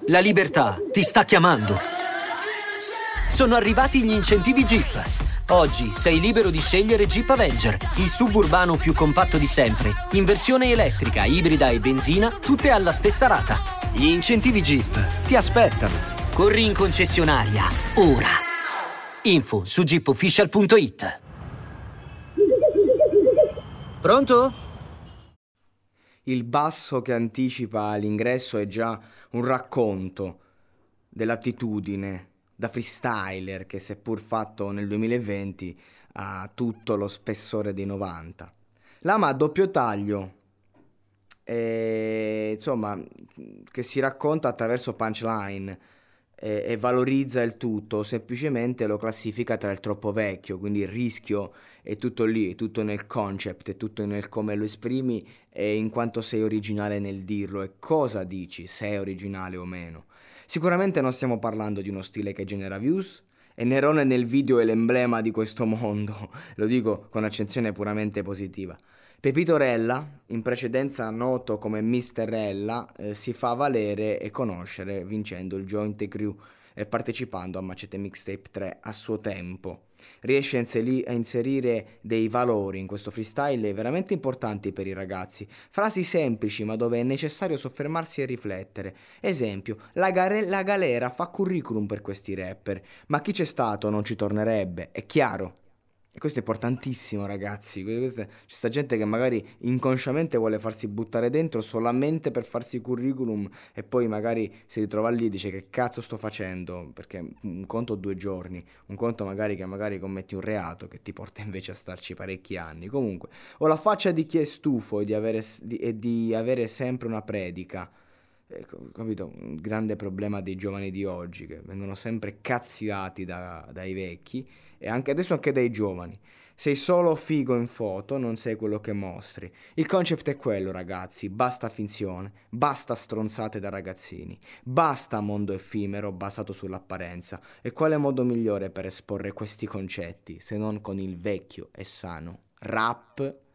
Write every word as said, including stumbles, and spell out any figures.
La libertà ti sta chiamando. Sono arrivati gli incentivi Jeep. Oggi sei libero di scegliere Jeep Avenger, il suburbano più compatto di sempre, in versione elettrica, ibrida e benzina, tutte alla stessa rata. Gli incentivi Jeep ti aspettano. Corri in concessionaria, ora. Info su jeep official punto it. Pronto? Il basso che anticipa l'ingresso è già un racconto dell'attitudine da freestyler che, seppur fatto nel duemilaventi, ha tutto lo spessore dei novanta. Lama a doppio taglio, e, insomma, che si racconta attraverso punchline e, e valorizza il tutto, semplicemente lo classifica tra il troppo vecchio, quindi il rischio è tutto lì, è tutto nel concept, è tutto nel come lo esprimi e in quanto sei originale nel dirlo e cosa dici, se è originale o meno. Sicuramente non stiamo parlando di uno stile che genera views, e Nerone nel video è l'emblema di questo mondo, lo dico con accensione puramente positiva. Pepito Rella, in precedenza noto come mister Rella, eh, si fa valere e conoscere vincendo il Joint Crew e partecipando a Macete Mixtape tre a suo tempo. Riesce a, inseri- a inserire dei valori in questo freestyle veramente importanti per i ragazzi, frasi semplici ma dove è necessario soffermarsi e riflettere. Esempio, la, gare- la galera fa curriculum per questi rapper, ma chi c'è stato non ci tornerebbe, è chiaro. E questo è importantissimo, ragazzi. Questa- c'è sta gente che magari inconsciamente vuole farsi buttare dentro solamente per farsi curriculum e poi magari si ritrova lì e dice che cazzo sto facendo, perché un conto due giorni, un conto magari che magari commetti un reato che ti porta invece a starci parecchi anni. Comunque, ho la faccia di chi è stufo e di avere, di, e di avere sempre una predica. Ecco, capito? Un grande problema dei giovani di oggi, che vengono sempre cazziati da- dai vecchi e anche adesso anche dai giovani. Sei solo figo in foto, non sei quello che mostri. Il concept è quello, ragazzi, basta finzione, basta stronzate da ragazzini, basta mondo effimero basato sull'apparenza. E quale modo migliore per esporre questi concetti se non con il vecchio e sano rap